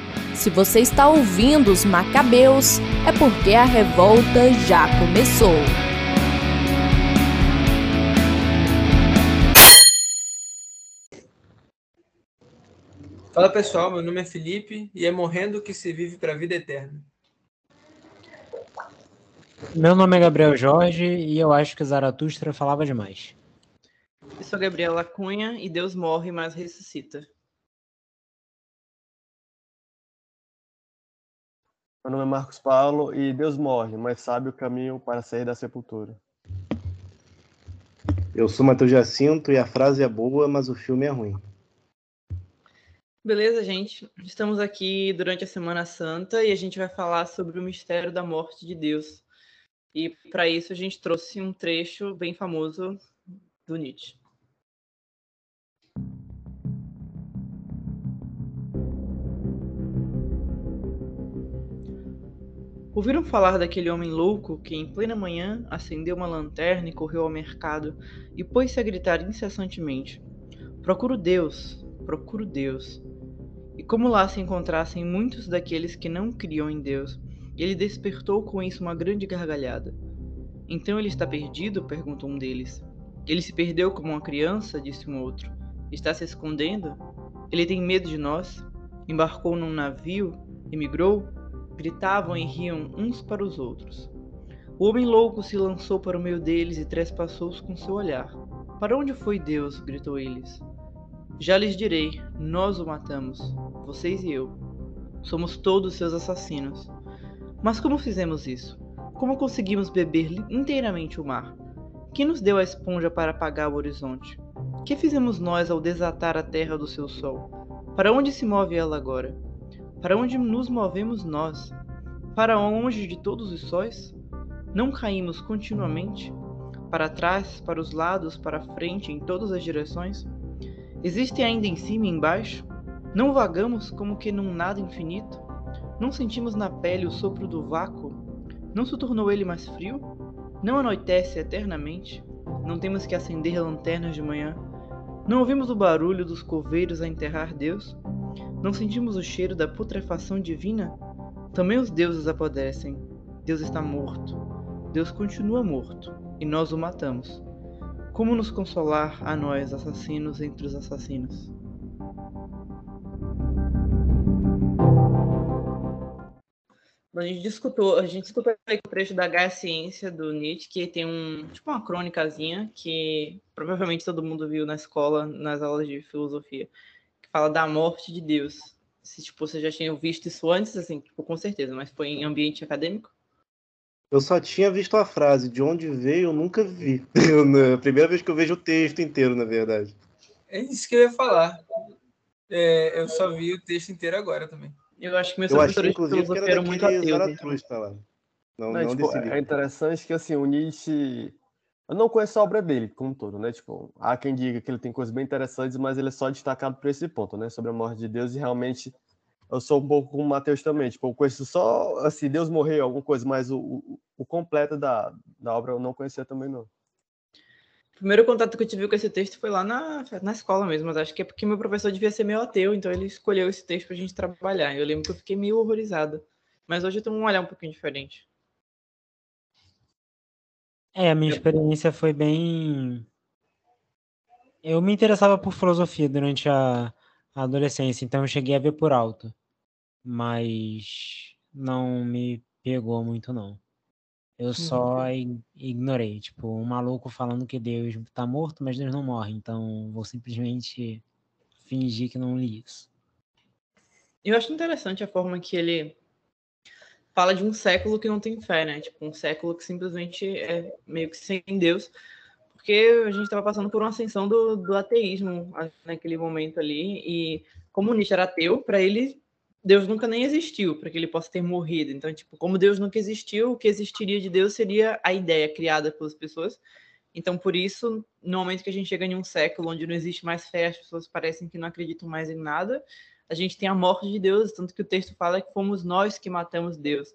Se você está ouvindo os Macabeus, é porque a revolta já começou. Fala pessoal, meu nome é Felipe e é morrendo que se vive para a vida eterna. Meu nome é Gabriel Jorge e eu acho que Zaratustra falava demais. Eu sou Gabriela Cunha e Deus morre, mas ressuscita. Meu nome é Marcos Paulo e Deus morre, mas sabe o caminho para sair da sepultura. Eu sou Matheus Jacinto e a frase é boa, mas o filme é ruim. Beleza, gente? Estamos aqui durante a Semana Santa e a gente vai falar sobre o mistério da morte de Deus. E para isso a gente trouxe um trecho bem famoso do Nietzsche. Ouviram falar daquele homem louco que, em plena manhã, acendeu uma lanterna e correu ao mercado e pôs-se a gritar incessantemente: Procuro Deus, procuro Deus. E como lá se encontrassem muitos daqueles que não criam em Deus, ele despertou com isso uma grande gargalhada. Então ele está perdido? Perguntou um deles. Ele se perdeu como uma criança? Disse um outro. Está se escondendo? Ele tem medo de nós? Embarcou num navio? Emigrou? Gritavam e riam uns para os outros. O homem louco se lançou para o meio deles e trespassou-os com seu olhar. Para onde foi Deus? Gritou eles. Já lhes direi, nós o matamos, vocês e eu. Somos todos seus assassinos. Mas como fizemos isso? Como conseguimos beber inteiramente o mar? Quem nos deu a esponja para apagar o horizonte? Que fizemos nós ao desatar a terra do seu sol? Para onde se move ela agora? Para onde nos movemos nós? Para longe de todos os sóis? Não caímos continuamente? Para trás, para os lados, para a frente, em todas as direções? Existe ainda em cima e embaixo? Não vagamos como que num nada infinito? Não sentimos na pele o sopro do vácuo? Não se tornou ele mais frio? Não anoitece eternamente? Não temos que acender lanternas de manhã? Não ouvimos o barulho dos coveiros a enterrar Deus? Não sentimos o cheiro da putrefação divina? Também os deuses apodrecem. Deus está morto. Deus continua morto, e nós o matamos. Como nos consolar a nós, assassinos entre os assassinos? A gente escutou aí o trecho da Gaia Ciência do Nietzsche, que tem uma crônicazinha que provavelmente todo mundo viu na escola, nas aulas de filosofia, que fala da morte de Deus. Se você já tinha visto isso antes, assim, com certeza, mas foi em ambiente acadêmico? Eu só tinha visto a frase, de onde veio eu nunca vi. A primeira vez que eu vejo o texto inteiro, na verdade. É isso que eu ia falar. Eu só vi o texto inteiro agora também. Eu acho que meus Eu achei, professores de inclusive, que filosofia era eram muito daquele ateus. Então. Zaratustra lá. Não, Não tipo, desse livro. é interessante que assim, o Nietzsche. Eu não conheço a obra dele como um todo, né? Tipo, há quem diga que ele tem coisas bem interessantes, mas ele é só destacado por esse ponto, né? Sobre a morte de Deus, e realmente eu sou um pouco como o Matheus também. Tipo, eu conheço só, assim, Deus morreu, alguma coisa, mas o completo da obra eu não conhecia também, não. O primeiro contato que eu tive com esse texto foi lá na escola mesmo, mas acho que é porque meu professor devia ser meio ateu, então ele escolheu esse texto pra gente trabalhar. Eu lembro que eu fiquei meio horrorizada. Mas hoje eu tenho um olhar um pouquinho diferente. A minha experiência foi bem... Eu me interessava por filosofia durante a adolescência, então eu cheguei a ver por alto. Mas não me pegou muito, não. Eu só ignorei, tipo, um maluco falando que Deus tá morto, mas Deus não morre, então vou simplesmente fingir que não li isso. Eu acho interessante a forma que ele fala de um século que não tem fé, né? Tipo, um século que simplesmente é meio que sem Deus, porque a gente estava passando por uma ascensão do ateísmo naquele momento ali, e como o Nietzsche era ateu, para ele Deus nunca nem existiu, para que ele possa ter morrido. Então, tipo, como Deus nunca existiu, o que existiria de Deus seria a ideia criada pelas pessoas. Então, por isso, no momento que a gente chega em um século onde não existe mais fé, as pessoas parecem que não acreditam mais em nada, a gente tem a morte de Deus, tanto que o texto fala que fomos nós que matamos Deus.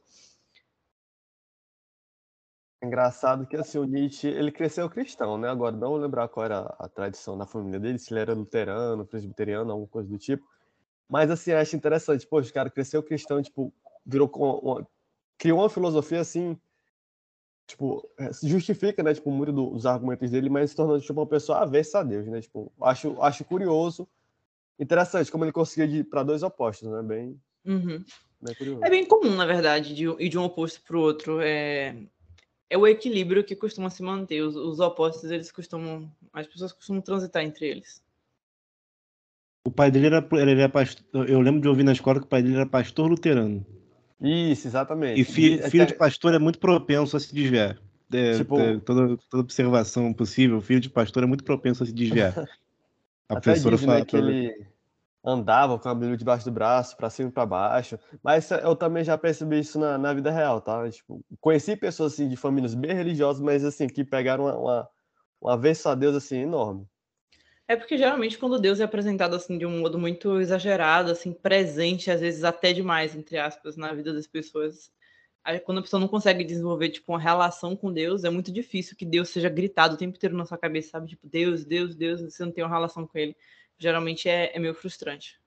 Engraçado que assim, o Nietzsche, ele cresceu cristão, né? Agora, não vou lembrar qual era a tradição da família dele, se ele era luterano, presbiteriano, alguma coisa do tipo. Mas, assim, eu acho interessante. Poxa, o cara cresceu cristão, tipo, criou uma filosofia, assim, tipo, se justifica, né, tipo, muito dos argumentos dele, mas se tornou, tipo, uma pessoa avessa a Deus, né? Tipo, acho curioso, interessante, como ele conseguiu ir para dois opostos, né? Bem É curioso. bem comum, na verdade, ir de um oposto para o outro. É o equilíbrio que costuma se manter. Os opostos, as pessoas costumam transitar entre eles. O pai dele era pastor. Eu lembro de ouvir na escola que o pai dele era pastor luterano. Isso, E exatamente. filho de pastor é muito propenso a se desviar. Tipo, Toda observação possível, filho de pastor é muito propenso a se desviar. A até professora dizem, né, fala que ele andava com a Bíblia debaixo do braço, para cima e para baixo. Mas eu também já percebi isso na vida real, tá? Tipo, conheci pessoas, assim, de famílias bem religiosas, mas, assim, que pegaram uma aversão a Deus, assim, enorme. É porque geralmente quando Deus é apresentado assim de um modo muito exagerado, assim, presente, às vezes até demais, entre aspas, na vida das pessoas, aí quando a pessoa não consegue desenvolver tipo uma relação com Deus, é muito difícil que Deus seja gritado o tempo inteiro na sua cabeça, sabe? Tipo, Deus, Deus, Deus, você não tem uma relação com ele. Geralmente é meio frustrante.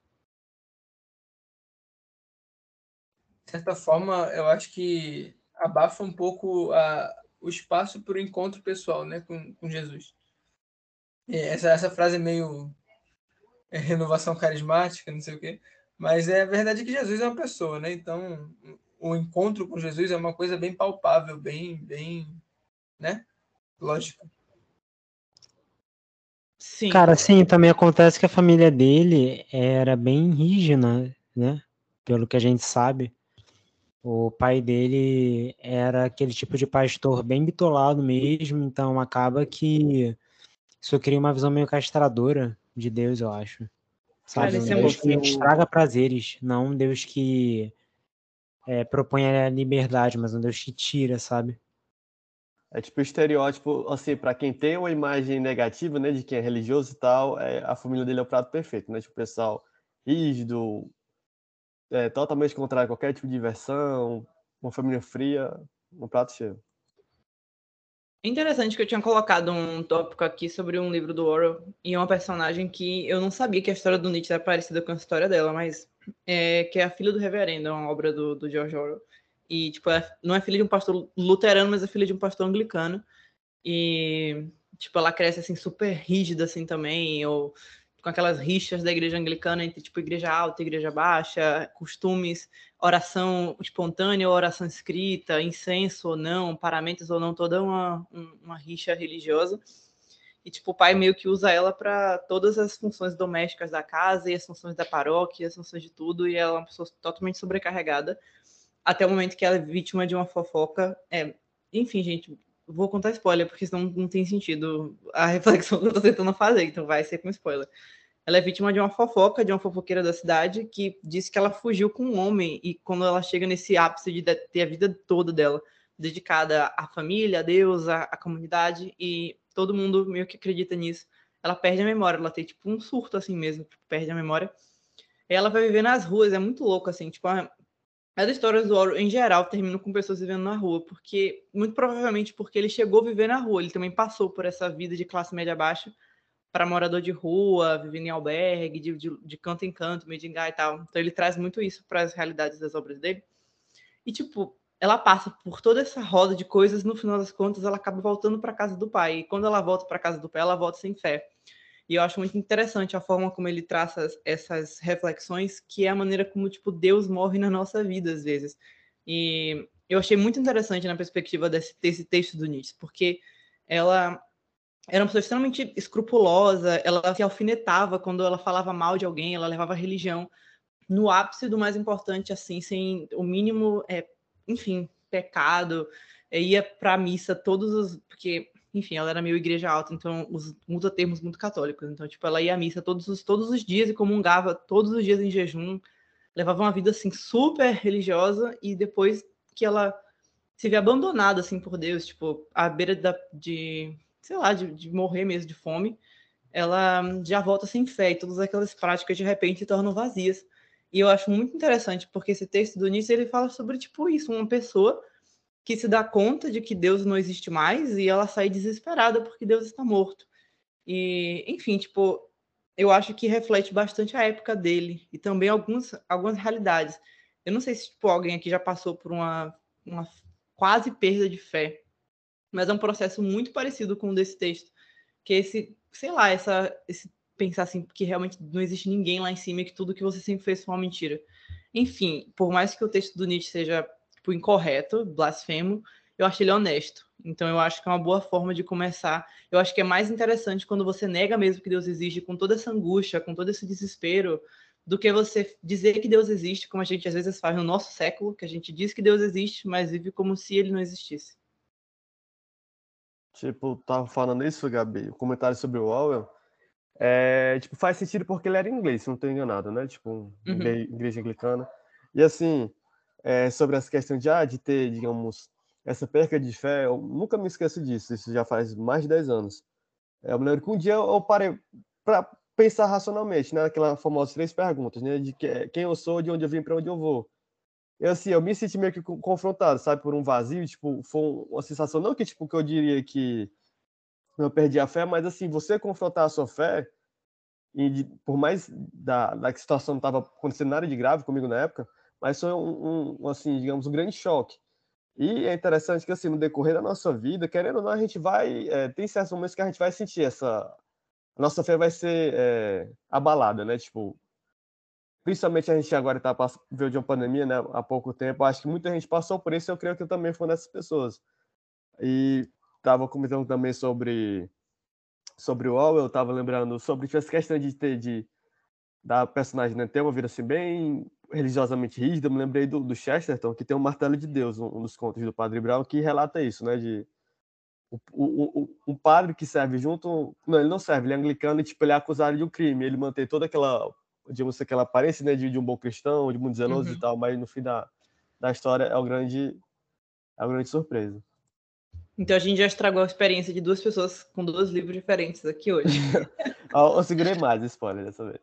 De certa forma, eu acho que abafa um pouco o espaço para o encontro pessoal, né, com Jesus. E essa frase é meio renovação carismática, não sei o quê, mas é verdade que Jesus é uma pessoa, né? Então, o encontro com Jesus é uma coisa bem palpável, bem, né? Lógica. Sim. Cara, sim, também acontece que a família dele era bem rígida, né? Pelo que a gente sabe. O pai dele era aquele tipo de pastor bem bitolado mesmo, então acaba que isso cria uma visão meio castradora de Deus, eu acho. Cara, Sabe? isso Um é Deus muito. que estraga prazeres, não um Deus que propõe a liberdade, mas um Deus que tira, sabe? É tipo o estereótipo, assim, para quem tem uma imagem negativa, né, de quem é religioso e tal, a família dele é o prato perfeito, né? Tipo, o pessoal rígido, totalmente contrário a qualquer tipo de diversão, uma família fria, um prato cheio. É interessante que eu tinha colocado um tópico aqui sobre um livro do Orwell e uma personagem que eu não sabia que a história do Nietzsche era parecida com a história dela, mas que é A Filha do Reverendo, é uma obra do George Orwell. E, tipo, não é filha de um pastor luterano, mas é filha de um pastor anglicano. E, tipo, ela cresce, assim, super rígida, assim, também, ou com aquelas rixas da igreja anglicana entre, tipo, igreja alta e igreja baixa, costumes, oração espontânea ou oração escrita, incenso ou não, paramentos ou não, toda uma rixa religiosa. E, tipo, o pai meio que usa ela para todas as funções domésticas da casa e as funções da paróquia, as funções de tudo, e ela é uma pessoa totalmente sobrecarregada, até o momento que ela é vítima de uma fofoca. Enfim, gente, vou contar spoiler, porque senão não tem sentido a reflexão que eu tô tentando fazer, então vai ser com spoiler. Ela é vítima de uma fofoca, de uma fofoqueira da cidade, que disse que ela fugiu com um homem, e quando ela chega nesse ápice de ter a vida toda dela dedicada à família, a Deus, à comunidade, e todo mundo meio que acredita nisso, ela perde a memória, ela tem tipo um surto assim mesmo, perde a memória, e ela vai viver nas ruas, é muito louco, assim, tipo, as histórias do Orwell, em geral, terminam com pessoas vivendo na rua, porque, muito provavelmente, porque ele chegou a viver na rua, ele também passou por essa vida de classe média baixa para morador de rua, vivendo em albergue, de canto em canto, mendigar e tal. Então ele traz muito isso para as realidades das obras dele. E, tipo, ela passa por toda essa roda de coisas, no final das contas, ela acaba voltando para casa do pai. E quando ela volta para casa do pai, ela volta sem fé. E eu acho muito interessante a forma como ele traça essas reflexões, que é a maneira como, tipo, Deus morre na nossa vida, às vezes. E eu achei muito interessante na perspectiva desse texto do Nietzsche, porque ela era uma pessoa extremamente escrupulosa, ela se alfinetava quando ela falava mal de alguém, ela levava a religião no ápice do mais importante, assim, sem o mínimo, enfim, pecado, ia para a missa todos os... Porque, enfim, ela era meio igreja alta, então usa termos muito católicos. Então, tipo, ela ia à missa todos os dias e comungava todos os dias em jejum, levava uma vida, assim, super religiosa, e depois que ela se vê abandonada, assim, por Deus, tipo, à beira sei lá, de morrer mesmo de fome, ela já volta sem fé, e todas aquelas práticas de repente se tornam vazias. E eu acho muito interessante, porque esse texto do Nietzsche, ele fala sobre, tipo, isso, uma pessoa que se dá conta de que Deus não existe mais e ela sai desesperada porque Deus está morto. E, enfim, tipo, eu acho que reflete bastante a época dele e também algumas realidades. Eu não sei se tipo, alguém aqui já passou por uma quase perda de fé, mas é um processo muito parecido com o desse texto, que esse, sei lá, esse pensar assim, que realmente não existe ninguém lá em cima e que tudo que você sempre fez foi uma mentira. Enfim, por mais que o texto do Nietzsche seja tipo, incorreto, blasfemo, eu acho ele honesto. Então eu acho que é uma boa forma de começar. Eu acho que é mais interessante quando você nega mesmo que Deus existe, com toda essa angústia, com todo esse desespero, do que você dizer que Deus existe, como a gente às vezes faz no nosso século, que a gente diz que Deus existe, mas vive como se ele não existisse. Tipo, tava falando isso, Gabi, o comentário sobre o Orwell, tipo, faz sentido porque ele era inglês, se não estou enganado, né? Tipo, igreja anglicana. E assim, sobre essa questão de ter, digamos, essa perca de fé, eu nunca me esqueço disso, isso já faz mais de 10 anos. Eu me lembro que um dia eu parei para pensar racionalmente, né? Aquelas famosas 3 perguntas, né? De quem eu sou, de onde eu vim, para onde eu vou. E assim, eu me senti meio que confrontado, sabe, por um vazio, tipo, foi uma sensação, não que, tipo, que eu diria que eu perdi a fé, mas assim, você confrontar a sua fé, e por mais da que a situação não estava acontecendo nada de grave comigo na época, mas foi assim, digamos, um grande choque. E é interessante que, assim, no decorrer da nossa vida, querendo ou não, a gente vai, tem certos momentos que a gente vai sentir a nossa fé vai ser abalada, né, tipo, principalmente a gente agora veio de uma pandemia, né, há pouco tempo, acho que muita gente passou por isso, eu creio que eu também fui uma dessas pessoas. E estava comentando também sobre o Orwell, eu estava lembrando sobre essa questão da personagem, né, ter uma vida assim bem religiosamente rígida. Eu me lembrei do Chesterton, que tem o Martelo de Deus, um dos contos do Padre Brown, que relata isso, né, de um padre que serve junto, não, ele não serve, ele é anglicano e tipo, ele é acusado de um crime, ele mantém toda aquela, digamos, aquela aparência, né, de um bom cristão, de muito zeloso e tal, mas no fim da história é uma grande surpresa. Então a gente já estragou a experiência de 2 pessoas com 2 livros diferentes aqui hoje. Eu segurei mais spoiler dessa vez.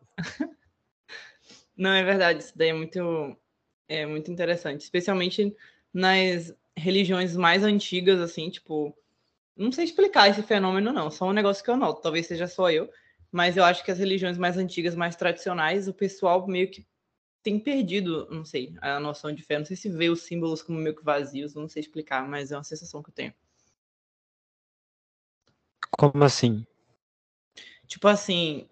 Não, é verdade, isso daí é muito interessante, especialmente nas religiões mais antigas, assim, tipo, não sei explicar esse fenômeno, não, só um negócio que eu noto, talvez seja só eu, mas eu acho que as religiões mais antigas, mais tradicionais, o pessoal meio que tem perdido, não sei, a noção de fé, não sei se vê os símbolos como meio que vazios, não sei explicar, mas é uma sensação que eu tenho. Como assim? Tipo assim,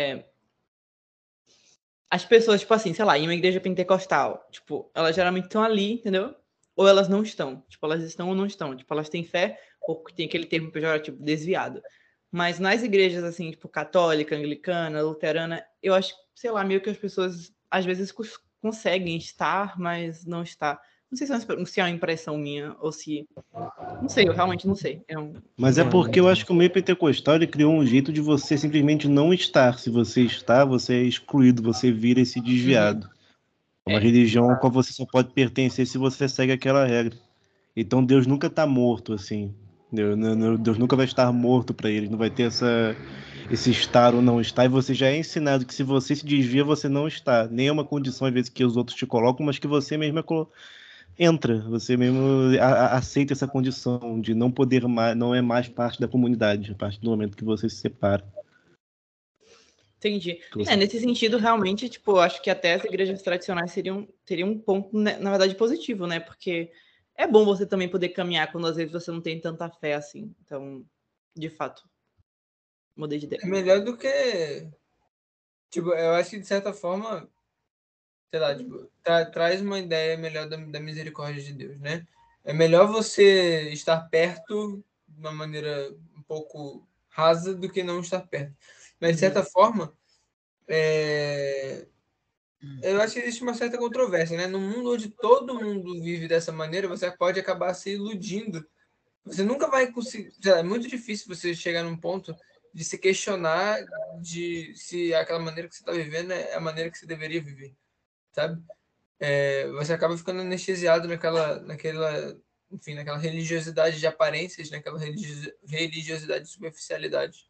as pessoas, tipo assim, sei lá, em uma igreja pentecostal, tipo, elas geralmente estão ali, entendeu? Ou elas não estão. Tipo, elas estão ou não estão. Tipo, elas têm fé, ou tem aquele termo pejorativo, desviado. Mas nas igrejas, assim, tipo, católica, anglicana, luterana, eu acho, sei lá, meio que as pessoas, às vezes, conseguem estar, mas não estar. Não sei se é uma impressão minha, ou se... Não sei, eu realmente não sei. Mas é porque eu acho que o meio pentecostal ele criou um jeito de você simplesmente não estar. Se você está, você é excluído, você vira esse desviado. É uma religião a qual você só pode pertencer se você segue aquela regra. Então Deus nunca está morto, assim. Deus nunca vai estar morto para ele. Não vai ter esse estar ou não estar. E você já é ensinado que se você se desvia, você não está. Nem é uma condição, às vezes, que os outros te colocam, mas que você mesmo entra. Você mesmo aceita essa condição de não poder mais, não é mais parte da comunidade, a partir do momento que você se separa. Entendi. Nesse sentido, realmente, tipo, eu acho que até as igrejas tradicionais teriam um ponto, né, na verdade, positivo, né? Porque é bom você também poder caminhar quando às vezes você não tem tanta fé assim. Então, de fato, mudei de ideia. É melhor do que... Tipo, eu acho que de certa forma, sei lá, tipo, traz uma ideia melhor da misericórdia de Deus, né? É melhor você estar perto de uma maneira um pouco rasa do que não estar perto. Mas, de certa forma, eu acho que existe uma certa controvérsia, né? No mundo onde todo mundo vive dessa maneira, você pode acabar se iludindo. Você nunca vai conseguir... É muito difícil você chegar num ponto de se questionar de se aquela maneira que você está vivendo é a maneira que você deveria viver, sabe? Você acaba ficando anestesiado enfim, naquela religiosidade de aparências, naquela religiosidade de superficialidade.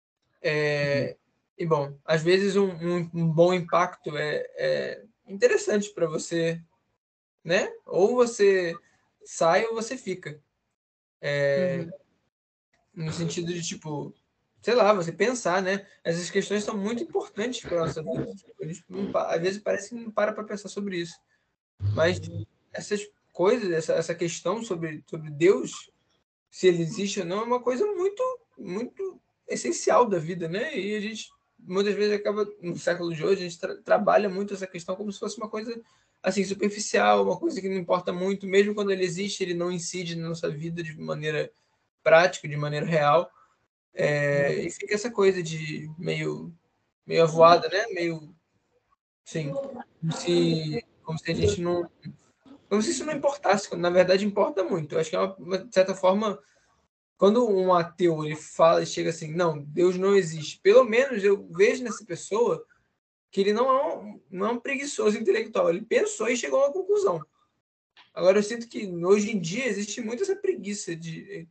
E, bom, às vezes um bom impacto é interessante para você, né? Ou você sai ou você fica. No sentido de, tipo, sei lá, você pensar, né? Essas questões são muito importantes para a nossa vida. A gente às vezes parece que não para pensar sobre isso. Mas essas coisas, essa questão sobre Deus, se ele existe ou não, é uma coisa muito, muito essencial da vida, né? E a gente, muitas vezes, acaba, no século de hoje, a gente trabalha muito essa questão como se fosse uma coisa, assim, superficial, uma coisa que não importa muito. Mesmo quando ele existe, ele não incide na nossa vida de maneira prática, de maneira real. E fica essa coisa de meio avoada, né? Meio, sim, como se a gente não... Como se isso não importasse, quando na verdade importa muito. Eu acho que de certa forma, quando um ateu ele fala e chega assim, não, Deus não existe, pelo menos eu vejo nessa pessoa que ele não é um preguiçoso intelectual, ele pensou e chegou a uma conclusão. Agora eu sinto que hoje em dia existe muito essa preguiça de...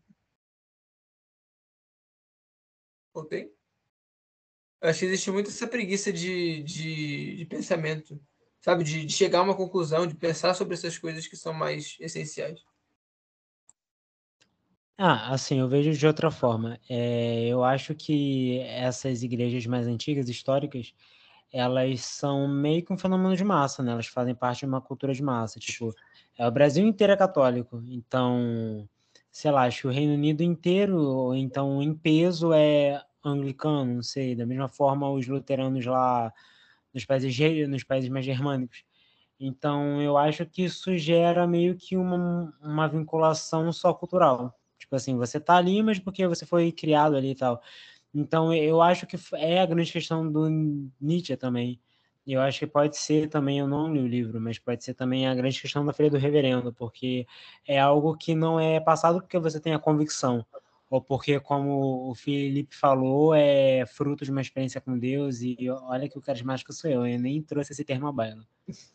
Voltei? Eu acho que existe muito essa preguiça de pensamento, sabe? De chegar a uma conclusão, de pensar sobre essas coisas que são mais essenciais. Assim, eu vejo de outra forma. Eu acho que essas igrejas mais antigas, históricas, elas são meio que um fenômeno de massa, né? Elas fazem parte de uma cultura de massa. Tipo, o Brasil inteiro é católico. Então, sei lá, acho que o Reino Unido inteiro, ou então em peso, é anglicano, não sei. Da mesma forma, os luteranos lá nos países mais germânicos. Então, eu acho que isso gera meio que uma vinculação só cultural. Tipo assim, você tá ali, mas porque você foi criado ali e tal. Então, eu acho que é a grande questão do Nietzsche também. Eu acho que pode ser também, eu não li o livro, mas pode ser também a grande questão da Feira do Reverendo, porque é algo que não é passado porque você tem a convicção, ou porque, como o Felipe falou, é fruto de uma experiência com Deus, e olha que o carismático sou eu nem trouxe esse termo à baila.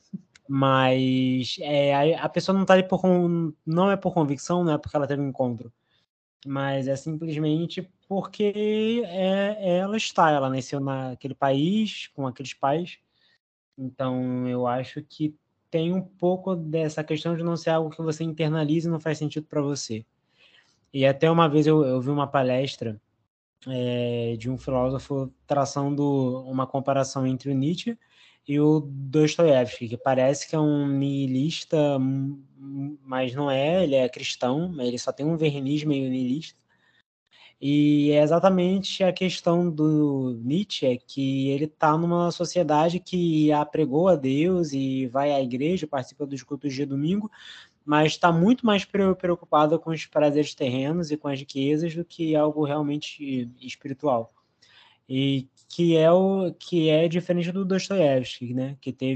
Mas a pessoa não está ali não é por convicção, não é porque ela teve um encontro, mas é simplesmente porque ela nasceu naquele país, com aqueles pais. Então, eu acho que tem um pouco dessa questão de não ser algo que você internaliza e não faz sentido para você. E até uma vez eu vi uma palestra de um filósofo traçando uma comparação entre o Nietzsche e o Dostoiévski, que parece que é um nihilista, mas não é, ele é cristão, ele só tem um verniz meio nihilista. E é exatamente a questão do Nietzsche, é que ele está numa sociedade que apregou a Deus e vai à igreja, participa dos cultos de domingo, mas está muito mais preocupada com os prazeres terrenos e com as riquezas do que algo realmente espiritual. E que é diferente do Dostoiévski, né?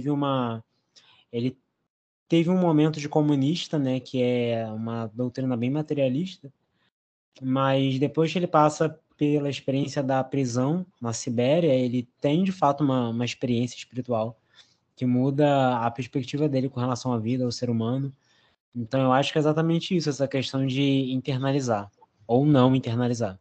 Ele teve um momento de comunista, né? Que é uma doutrina bem materialista, mas depois que ele passa pela experiência da prisão na Sibéria, ele tem de fato uma experiência espiritual que muda a perspectiva dele com relação à vida, ao ser humano. Então, eu acho que é exatamente isso, essa questão de internalizar ou não internalizar.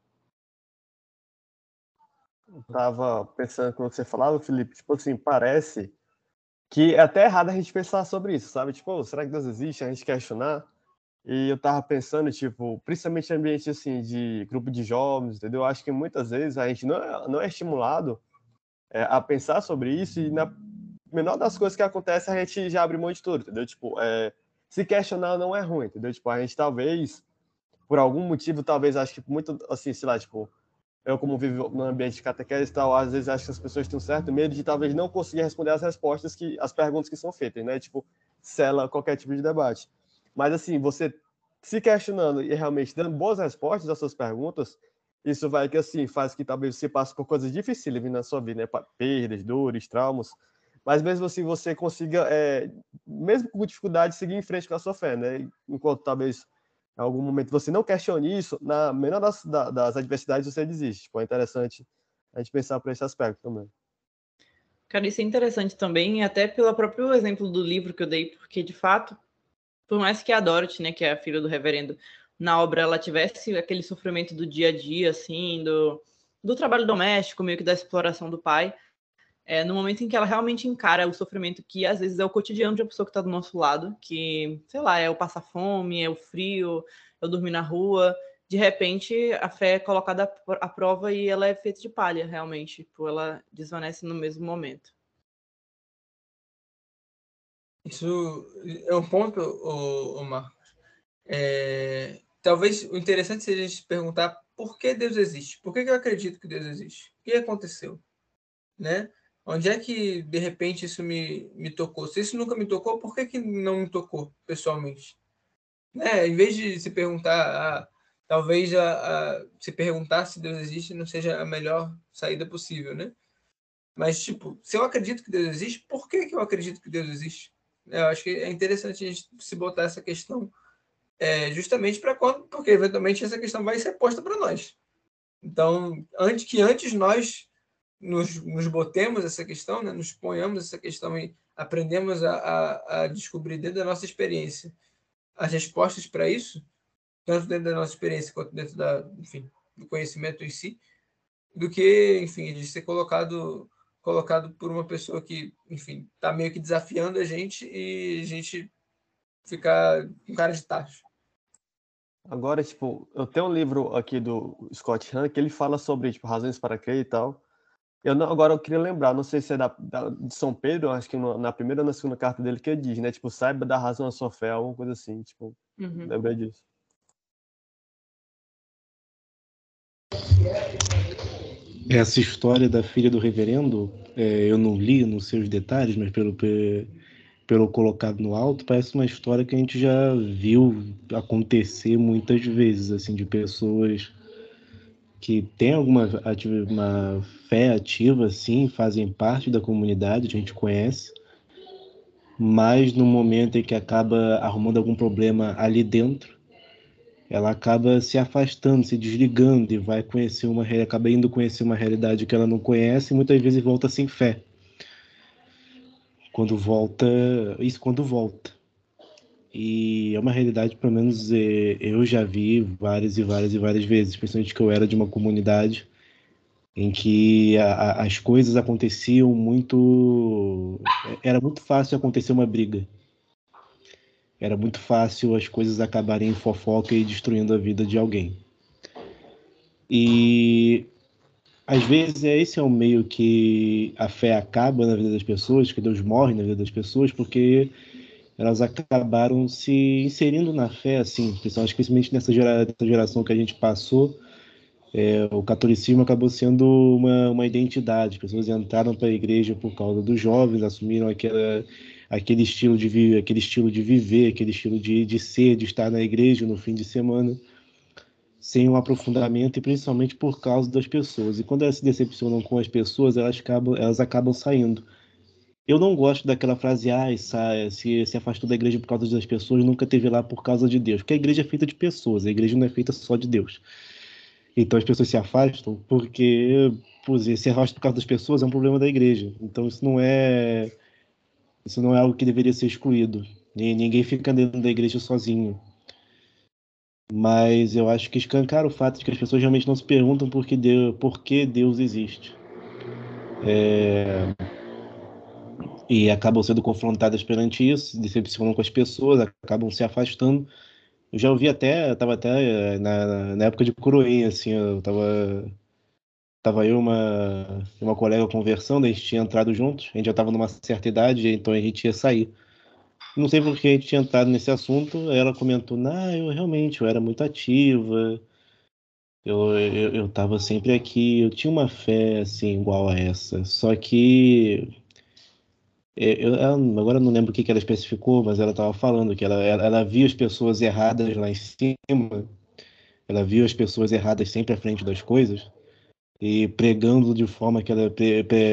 Eu tava pensando quando você falava, Felipe, tipo assim, parece que é até errado a gente pensar sobre isso, sabe? Tipo, será que Deus existe? A gente questionar. E eu tava pensando, tipo, principalmente em ambiente, assim, de grupo de jovens, entendeu? Eu acho que muitas vezes a gente não é estimulado a pensar sobre isso e na menor das coisas que acontece a gente já abre mão de tudo, entendeu? Tipo, se questionar não é ruim, entendeu? Tipo, a gente talvez, por algum motivo, talvez acho que muito, assim, sei lá, tipo, eu como vivo no ambiente de catequese e tal, às vezes acho que as pessoas têm um certo medo de talvez não conseguir responder as perguntas que são feitas, né? Tipo, sela qualquer tipo de debate. Mas assim, você se questionando e realmente dando boas respostas às suas perguntas, isso vai que assim faz que talvez você passe por coisas difíceis na sua vida, né? Perdas, dores, traumas. Mas mesmo assim você consiga, mesmo com dificuldade, seguir em frente com a sua fé, né? Enquanto talvez em algum momento você não questione isso, na menor das adversidades você desiste. Tipo, é interessante a gente pensar por esse aspecto também. Cara, isso é interessante também, até pelo próprio exemplo do livro que eu dei, porque, de fato, por mais que a Dorothy, né, que é a filha do reverendo, na obra ela tivesse aquele sofrimento do dia a dia, assim, do trabalho doméstico, meio que da exploração do pai, no momento em que ela realmente encara o sofrimento que, às vezes, é o cotidiano de uma pessoa que está do nosso lado, que, sei lá, é o passar fome, é o frio, é o dormir na rua, de repente a fé é colocada à prova e ela é feita de palha, realmente, tipo, ela desvanece no mesmo momento. Isso é um ponto, Marcos. Talvez o interessante seja a gente perguntar por que Deus existe. Por que eu acredito que Deus existe? O que aconteceu? Né? Onde é que, de repente, isso me tocou? Se isso nunca me tocou, por que não me tocou pessoalmente? Né? Em vez de se perguntar, talvez se perguntar se Deus existe não seja a melhor saída possível, né? Mas, tipo, se eu acredito que Deus existe, por que eu acredito que Deus existe? Eu acho que é interessante a gente se botar essa questão justamente para quando, porque eventualmente essa questão vai ser posta para nós. Então, antes nós nos botemos essa questão, né, nos ponhamos essa questão e aprendemos a descobrir dentro da nossa experiência as respostas para isso, tanto dentro da nossa experiência quanto dentro do conhecimento em si, do que, enfim, de ser colocado por uma pessoa que, enfim, está meio que desafiando a gente e a gente ficar com cara de tacho. Agora, tipo, eu tenho um livro aqui do Scott Hahn que ele fala sobre, tipo, razões para crer e tal. Agora eu queria lembrar, não sei se é de São Pedro, acho que na primeira ou na segunda carta dele que ele diz, né? Tipo, saiba dar razão à sua fé, alguma coisa assim, tipo, lembra disso. Essa história da filha do reverendo, eu não li nos seus detalhes, mas pelo colocado no alto, parece uma história que a gente já viu acontecer muitas vezes, assim, de pessoas que têm uma fé ativa, assim, fazem parte da comunidade, a gente conhece, mas no momento em que acaba arrumando algum problema ali dentro, ela acaba se afastando, se desligando e acaba indo conhecer uma realidade que ela não conhece e muitas vezes volta sem fé. Quando volta. E é uma realidade, pelo menos eu já vi várias e várias e várias vezes, principalmente que eu era de uma comunidade em que as coisas aconteciam muito. Era muito fácil acontecer uma briga. Era muito fácil as coisas acabarem em fofoca e destruindo a vida de alguém. E às vezes esse é o meio que a fé acaba na vida das pessoas, que Deus morre na vida das pessoas, porque elas acabaram se inserindo na fé, assim, principalmente nessa geração que a gente passou. O catolicismo acabou sendo uma identidade. As pessoas entraram para a igreja por causa dos jovens, assumiram aquele estilo de viver, aquele estilo de ser, de estar na igreja no fim de semana, sem um aprofundamento e principalmente por causa das pessoas. E quando elas se decepcionam com as pessoas, elas acabam saindo. Eu não gosto daquela frase, se afastou da igreja por causa das pessoas, nunca esteve lá por causa de Deus. Porque a igreja é feita de pessoas, a igreja não é feita só de Deus. Então as pessoas se afastam porque se afasta por causa das pessoas é um problema da igreja. Então isso não é algo que deveria ser excluído. Ninguém fica dentro da igreja sozinho. Mas eu acho que escancara o fato de que as pessoas realmente não se perguntam por que Deus existe. E acabam sendo confrontadas perante isso, se decepcionam com as pessoas, acabam se afastando. Eu já ouvi estava até na época de coroinha, assim, tava eu e uma colega conversando, a gente tinha entrado juntos, a gente já estava numa certa idade, então a gente ia sair. Não sei por que a gente tinha entrado nesse assunto, ela comentou, eu era muito ativa, eu tava sempre aqui, eu tinha uma fé, assim, igual a essa, só que agora eu não lembro o que ela especificou, mas ela estava falando que ela via as pessoas erradas lá em cima, ela via as pessoas erradas sempre à frente das coisas e pregando de forma que ela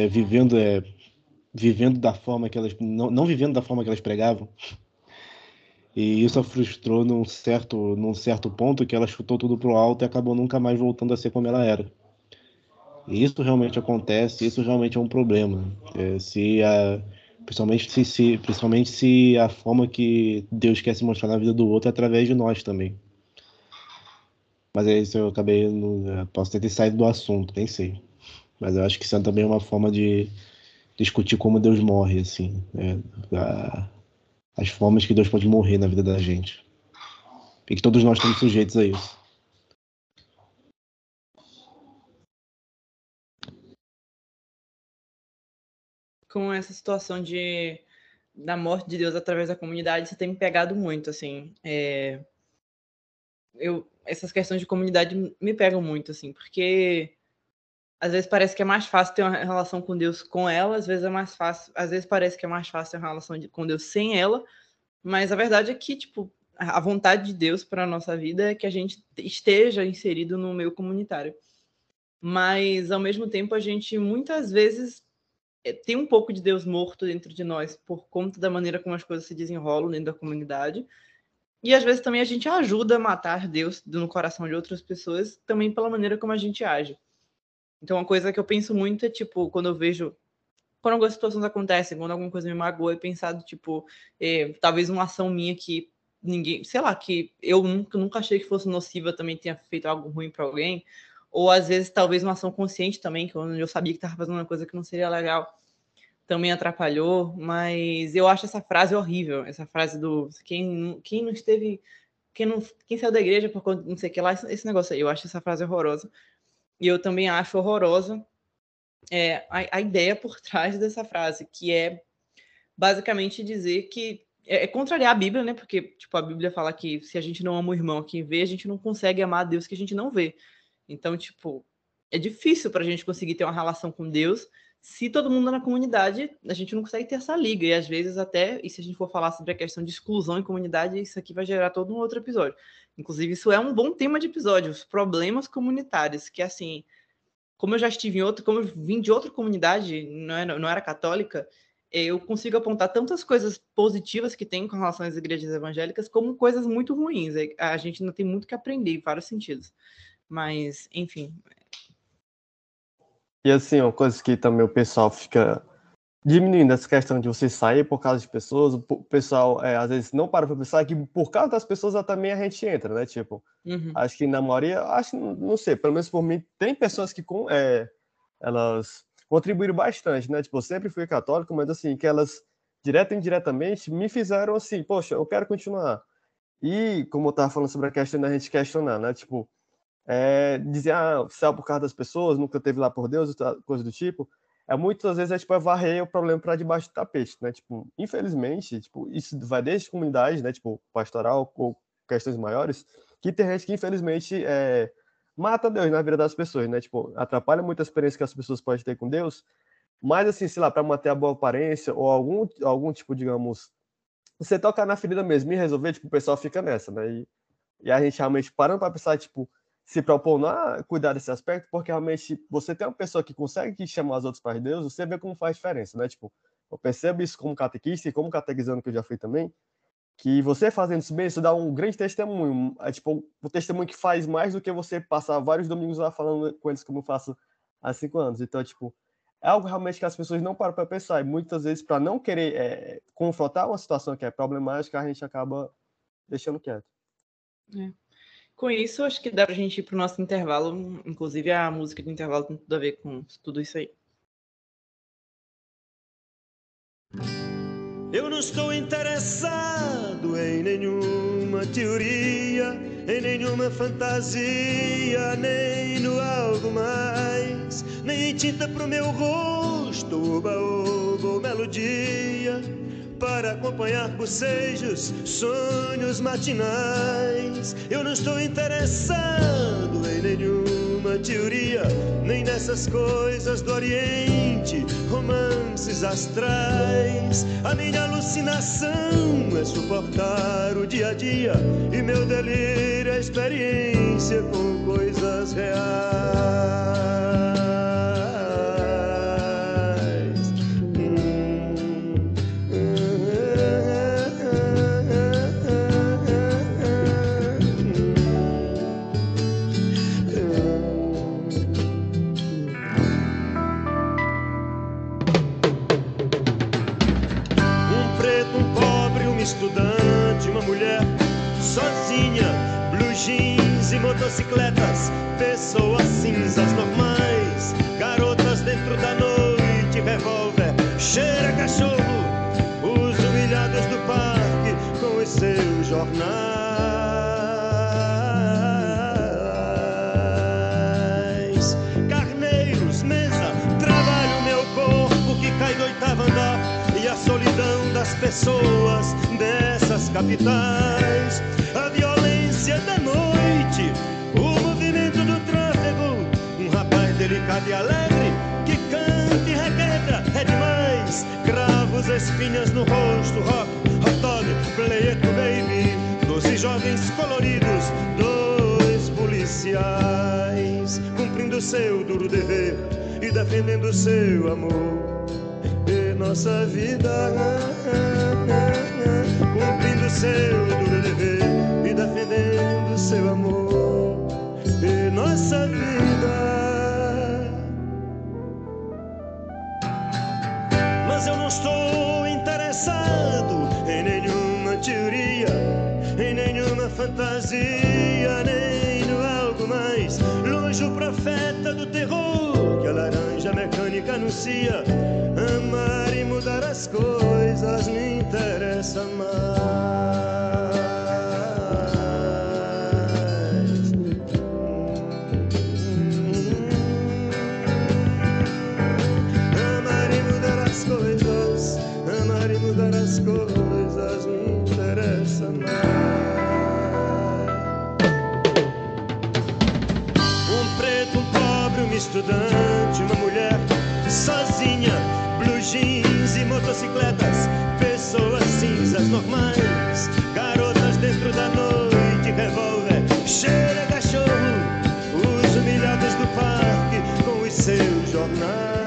vivendo da forma que elas não vivendo da forma que elas pregavam. E isso a frustrou num certo ponto que ela chutou tudo pro alto e acabou nunca mais voltando a ser como ela era. E isso realmente acontece, isso realmente é um problema. Principalmente se a forma que Deus quer se mostrar na vida do outro é através de nós também. Mas é isso, eu acabei, posso ter saído do assunto, nem sei. Mas eu acho que isso é também uma forma de discutir como Deus morre, assim, as formas que Deus pode morrer na vida da gente. E que todos nós estamos sujeitos a isso. com essa situação da morte de Deus através da comunidade, isso tem me pegado muito, assim. Essas questões de comunidade me pegam muito, assim, porque às vezes parece que é mais fácil ter uma relação com Deus com ela, às vezes parece que é mais fácil ter uma relação com Deus sem ela, mas a verdade é que, tipo, a vontade de Deus para a nossa vida é que a gente esteja inserido no meio comunitário. Mas, ao mesmo tempo, a gente muitas vezes tem um pouco de Deus morto dentro de nós por conta da maneira como as coisas se desenrolam dentro da comunidade. E, às vezes, também a gente ajuda a matar Deus no coração de outras pessoas também pela maneira como a gente age. Então, uma coisa que eu penso muito é, tipo, quando algumas situações acontecem, quando alguma coisa me magoa, eu pensado, tipo, talvez uma ação minha que ninguém, sei lá, que eu nunca achei que fosse nociva também tenha feito algo ruim para alguém, ou às vezes talvez uma ação consciente também, que eu sabia que estava fazendo uma coisa que não seria legal, também atrapalhou, mas eu acho essa frase horrível, essa frase do quem não esteve, quem saiu da igreja por não sei o que lá, esse negócio aí, eu acho essa frase horrorosa. E eu também acho horrorosa a ideia por trás dessa frase, que é basicamente dizer que é contrariar a Bíblia, né? Porque, tipo, a Bíblia fala que se a gente não ama o irmão a quem vê, a gente não consegue amar a Deus que a gente não vê. Então, tipo, é difícil para a gente conseguir ter uma relação com Deus se todo mundo na comunidade, a gente não consegue ter essa liga. E às vezes até, e se a gente for falar sobre a questão de exclusão em comunidade, isso aqui vai gerar todo um outro episódio. Inclusive, isso é um bom tema de episódio, os problemas comunitários, que assim, como eu já estive como eu vim de outra comunidade, não era católica, eu consigo apontar tantas coisas positivas que tem com relação às igrejas evangélicas, como coisas muito ruins. A gente ainda tem muito que aprender em vários sentidos. Mas, enfim. E assim, uma coisa que também o pessoal fica diminuindo essa questão de você sair por causa de pessoas, o pessoal às vezes não para pensar que por causa das pessoas também a gente entra, né? Tipo, acho que na maioria, não sei, pelo menos por mim, tem pessoas que elas contribuíram bastante, né? Tipo, eu sempre fui católico, mas assim, que elas direto e indiretamente me fizeram assim, poxa, eu quero continuar. E como eu tava falando sobre a questão da gente questionar, né? Tipo, dizer, céu por causa das pessoas, nunca teve lá por Deus, coisa do tipo, muitas vezes tipo, varrer o problema para debaixo do tapete, né? Tipo, infelizmente, tipo, isso vai desde comunidade, né? Tipo, pastoral ou questões maiores, que tem gente que infelizmente mata Deus na vida das pessoas, né? Tipo, atrapalha muito a experiência que as pessoas podem ter com Deus, mas assim, sei lá, para manter a boa aparência ou algum tipo, digamos, você tocar na ferida mesmo e resolver, tipo, o pessoal fica nessa, né? E a gente realmente parando para pensar, tipo, se propondo a cuidar desse aspecto, porque realmente você tem uma pessoa que consegue chamar os outros para Deus, você vê como faz diferença, né? Tipo, eu percebo isso como catequista e como catequizando que eu já fui também, que você fazendo isso bem, isso dá um grande testemunho. Tipo, um testemunho que faz mais do que você passar vários domingos lá falando com eles como eu faço há 5 anos. Então, tipo, é algo realmente que as pessoas não param para pensar. E muitas vezes, para não querer confrontar uma situação que é problemática, a gente acaba deixando quieto. Com isso, acho que dá pra gente ir pro nosso intervalo. Inclusive, a música do intervalo tem tudo a ver com tudo isso aí. Eu não estou interessado em nenhuma teoria, em nenhuma fantasia, nem no algo mais, nem em tinta pro meu rosto, oba-oba ou melodia, para acompanhar bocejos, sonhos matinais. Eu não estou interessado em nenhuma teoria, nem nessas coisas do Oriente, romances astrais. A minha alucinação é suportar o dia a dia, e meu delírio é experiência com coisas reais. Estudante, uma mulher sozinha, blue jeans e motocicletas, pessoas cinzas normais, garotas dentro da noite, revólver, cheira cachorro, os humilhados do parque com os seus jornais, carneiros, mesa, trabalho meu corpo que cai do 8º das pessoas dessas capitais. A violência da noite, o movimento do tráfego, um rapaz delicado e alegre que canta e requebra, é demais. Cravos, espinhas no rosto, rock, hot dog, play it baby, 12 jovens coloridos, 2 policiais, cumprindo seu duro dever e defendendo seu amor e nossa vida, cumprindo seu duro dever e defendendo seu amor e nossa vida. Mas eu não estou interessado em nenhuma teoria, em nenhuma fantasia, nem no algo mais longe o profeta do terror que a laranja mecânica anuncia. Amar e mudar as coisas me interessa mais. Amar e mudar as coisas, amar e mudar as coisas me interessa mais. Um preto, um pobre, um estudante, uma mulher sozinha, blue jeans e motocicletas, pessoas cinzas normais, garotas dentro da noite, revólver, cheira cachorro, os humilhados do parque com os seus jornais.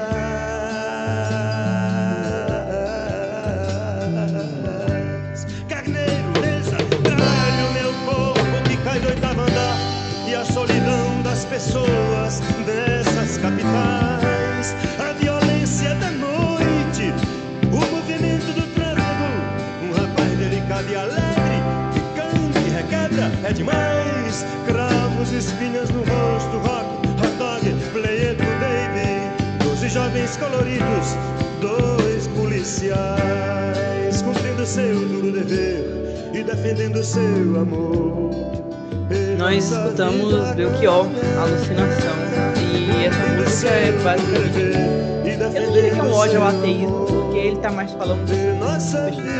Carneiro, mesa, tralho, meu corpo que cai do 8º andar, e a solidão das pessoas dessas capitais. A violência da noite, o movimento do tráfego, um rapaz delicado e alegre que canta e requebra, é demais. Cravos, espinhas no rosto, rock, hot dog, play it baby, 12 jovens coloridos, 2 policiais, cumprindo seu duro dever e defendendo seu amor. Nós escutamos Belchior, Alucinação, e essa música é basicamente, eu não diria que é um ódio ao ateísmo, porque ele tá mais falando dessas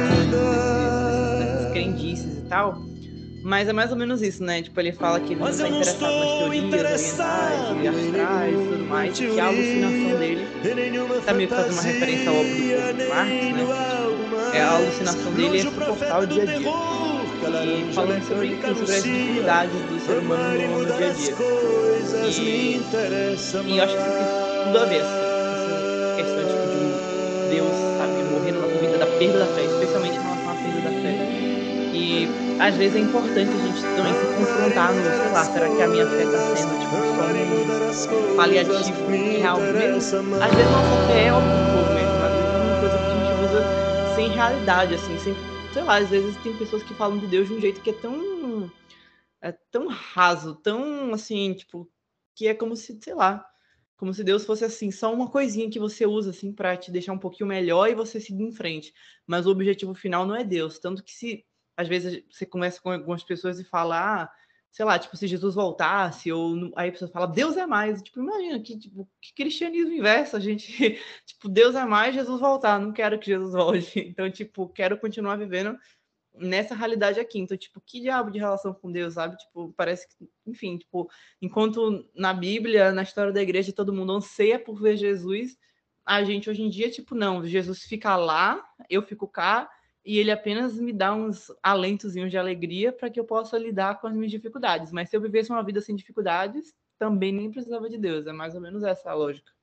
crendices e tal, mas é mais ou menos isso, né? Tipo, ele fala que ele não está interessado nas teorias orientais e astrais e tudo mais, que a alucinação dele tá meio que fazendo uma referência ao óbvio do Marx, né? A alucinação dele é suportar o dia a dia. E falando sobre as dificuldades do ser humano no dia a dia. E eu acho que isso tem tudo a ver, essa questão tipo, de Deus, sabe, morrendo na corrida da perda da fé, especialmente em relação à perda da fé. E às vezes é importante a gente também se confrontar no, sei lá, será que a minha fé está sendo tipo, só um paliativo real mesmo? Às vezes nossa fé é óbvio mesmo, às vezes é uma coisa que a gente usa sem realidade, assim, sem. Sei lá, às vezes tem pessoas que falam de Deus de um jeito que é tão raso, tão assim, tipo, que é como se, sei lá, como se Deus fosse assim, só uma coisinha que você usa assim para te deixar um pouquinho melhor e você seguir em frente. Mas o objetivo final não é Deus, tanto que se às vezes você conversa com algumas pessoas e fala, sei lá, tipo, se Jesus voltasse, ou aí a pessoa fala, Deus é mais. Tipo, imagina, que cristianismo inverso, a gente, tipo, Deus é mais, Jesus voltar, não quero que Jesus volte. Então, tipo, quero continuar vivendo nessa realidade aqui. Então, tipo, que diabo de relação com Deus, sabe? Tipo, parece que, enfim, tipo, enquanto na Bíblia, na história da igreja, todo mundo anseia por ver Jesus, a gente hoje em dia, tipo, não, Jesus fica lá, eu fico cá, e ele apenas me dá uns alentozinhos de alegria para que eu possa lidar com as minhas dificuldades. Mas se eu vivesse uma vida sem dificuldades, também nem precisava de Deus. É mais ou menos essa a lógica.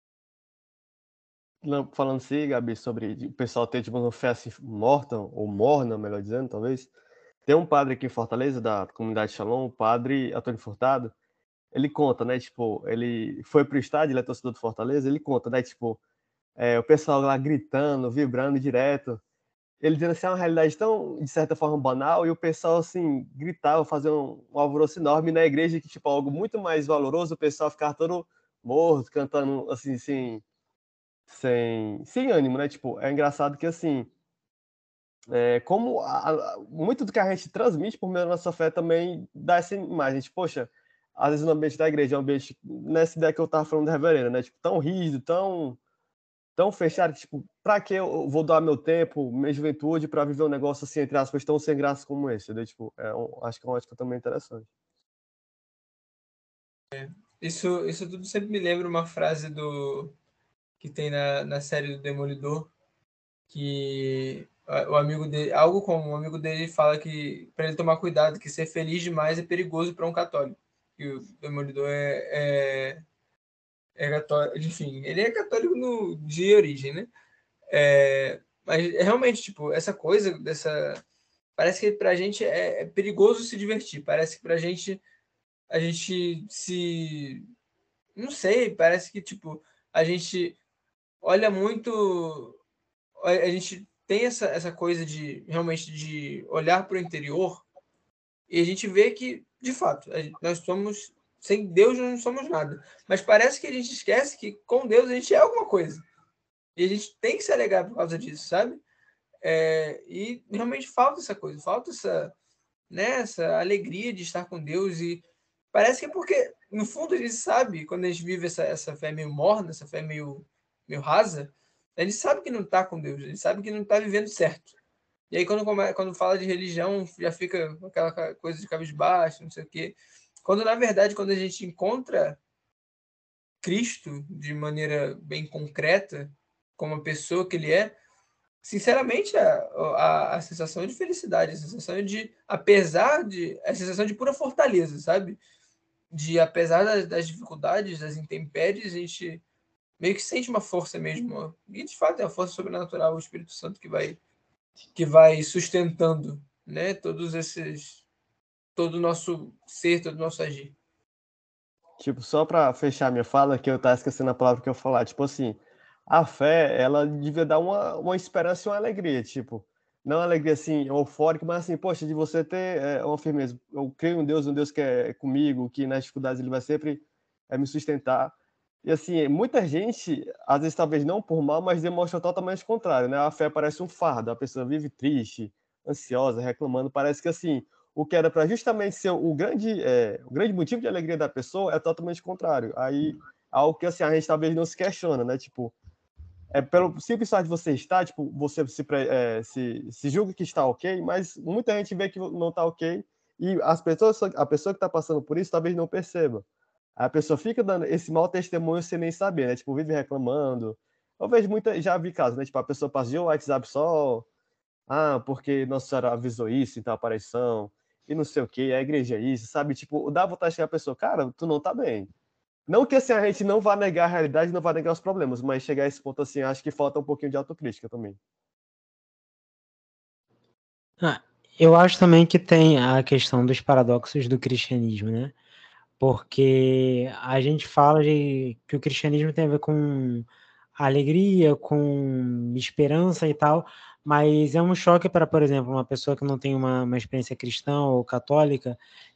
Falando assim, Gabi, sobre o pessoal ter tipo, uma fé assim, morta, ou morna, melhor dizendo, talvez. Tem um padre aqui em Fortaleza, da comunidade Shalom, o padre Antônio Furtado. Ele conta, né, tipo, ele foi pro estádio, ele é torcedor do Fortaleza, ele conta, né, tipo, o pessoal lá gritando, vibrando direto. Ele dizendo assim, é uma realidade tão, de certa forma, banal, e o pessoal, assim, gritava, fazia um alvoroço enorme na igreja, que, tipo, algo muito mais valoroso, o pessoal ficava todo morto, cantando, assim, sem ânimo, né? Tipo, é engraçado que, assim, como muito do que a gente transmite por meio da nossa fé também dá essa imagem. Tipo, poxa, às vezes no ambiente da igreja é um ambiente, nessa ideia que eu tava falando da reverenda, né? Tipo, tão rígido, tão tão fechado, tipo, pra que eu vou dar meu tempo, minha juventude, pra viver um negócio assim, entre aspas, tão sem graça como esse? Daí, tipo, acho que é uma ótica também interessante. Isso tudo sempre me lembra uma frase que tem na série do Demolidor, que o amigo dele, algo como um amigo dele fala que para ele tomar cuidado, que ser feliz demais é perigoso para um católico. E o Demolidor é católico, enfim, ele é católico de origem, né? Mas realmente, tipo, essa coisa dessa, parece que pra gente é perigoso se divertir. Parece que pra gente a gente se, não sei, parece que tipo a gente olha muito, a gente tem essa coisa de realmente de olhar para o interior e a gente vê que, de fato, nós somos, sem Deus nós não somos nada. Mas parece que a gente esquece que com Deus a gente é alguma coisa. E a gente tem que se alegrar por causa disso, sabe? E realmente falta essa coisa, falta essa alegria de estar com Deus. E parece que é porque, no fundo, a gente sabe, quando a gente vive essa fé meio morna, essa fé meio rasa, a gente sabe que não está com Deus, a gente sabe que não está vivendo certo. E aí, quando fala de religião, já fica aquela coisa de cabisbaixo, não sei o quê. Quando, na verdade, quando a gente encontra Cristo de maneira bem concreta, como a pessoa que ele é, sinceramente, a sensação de felicidade, a sensação de, a sensação de pura fortaleza, sabe? De, apesar das dificuldades, das intempéries, a gente meio que sente uma força mesmo. E, de fato, é a força sobrenatural, o Espírito Santo que vai sustentando, né, todo o nosso ser, todo o nosso agir. Tipo, só pra fechar minha fala, que eu tava esquecendo a palavra que eu ia falar, tipo assim, a fé, ela devia dar uma esperança e uma alegria, tipo, não uma alegria assim, eufórica, mas assim, poxa, de você ter uma firmeza. Eu creio em um Deus que é comigo, que nas dificuldades ele vai sempre me sustentar. E assim, muita gente, às vezes talvez não por mal, mas demonstra totalmente o contrário, né? A fé parece um fardo, a pessoa vive triste, ansiosa, reclamando, parece que assim, o que era para justamente ser o grande motivo de alegria da pessoa é totalmente contrário. Aí, algo que assim, a gente talvez não se questiona, né? Tipo, pelo simples fato de você estar, tipo, você se julga que está ok, mas muita gente vê que não está ok e a pessoa que está passando por isso talvez não perceba. A pessoa fica dando esse mau testemunho sem nem saber, né? Tipo, vive reclamando. Eu vejo já vi casos, né? Tipo, a pessoa passa de WhatsApp só, porque Nossa Senhora avisou isso em tal aparição, e não sei o que, a igreja é isso, sabe? Tipo, dá vontade de chegar a pessoa, cara, tu não tá bem. Não que assim, a gente não vá negar a realidade, não vá negar os problemas, mas chegar a esse ponto assim, acho que falta um pouquinho de autocrítica também. Eu acho também que tem a questão dos paradoxos do cristianismo, né? Porque a gente fala que o cristianismo tem a ver com alegria, com esperança e tal, mas é um choque para, por exemplo, uma pessoa que não tem uma experiência cristã ou católica,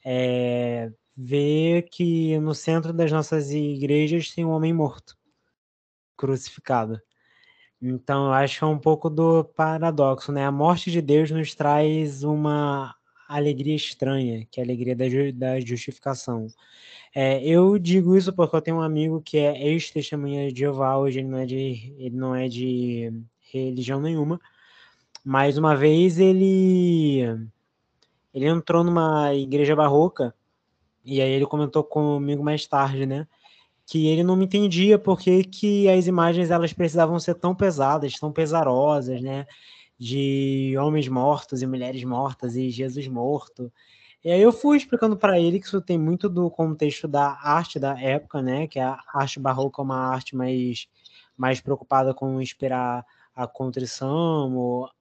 ver que no centro das nossas igrejas tem um homem morto, crucificado. Então, eu acho que é um pouco do paradoxo, né? A morte de Deus nos traz uma alegria estranha, que é a alegria da justificação. Eu digo isso porque eu tenho um amigo que é ex-testemunha de Jeová, hoje ele não é de religião nenhuma, mas uma vez ele entrou numa igreja barroca, e aí ele comentou comigo mais tarde, né? Que ele não me entendia porque que as imagens elas precisavam ser tão pesadas, tão pesarosas, né? De homens mortos e mulheres mortas e Jesus morto. E aí eu fui explicando para ele que isso tem muito do contexto da arte da época, né? Que a arte barroca é uma arte mais preocupada com inspirar a contrição,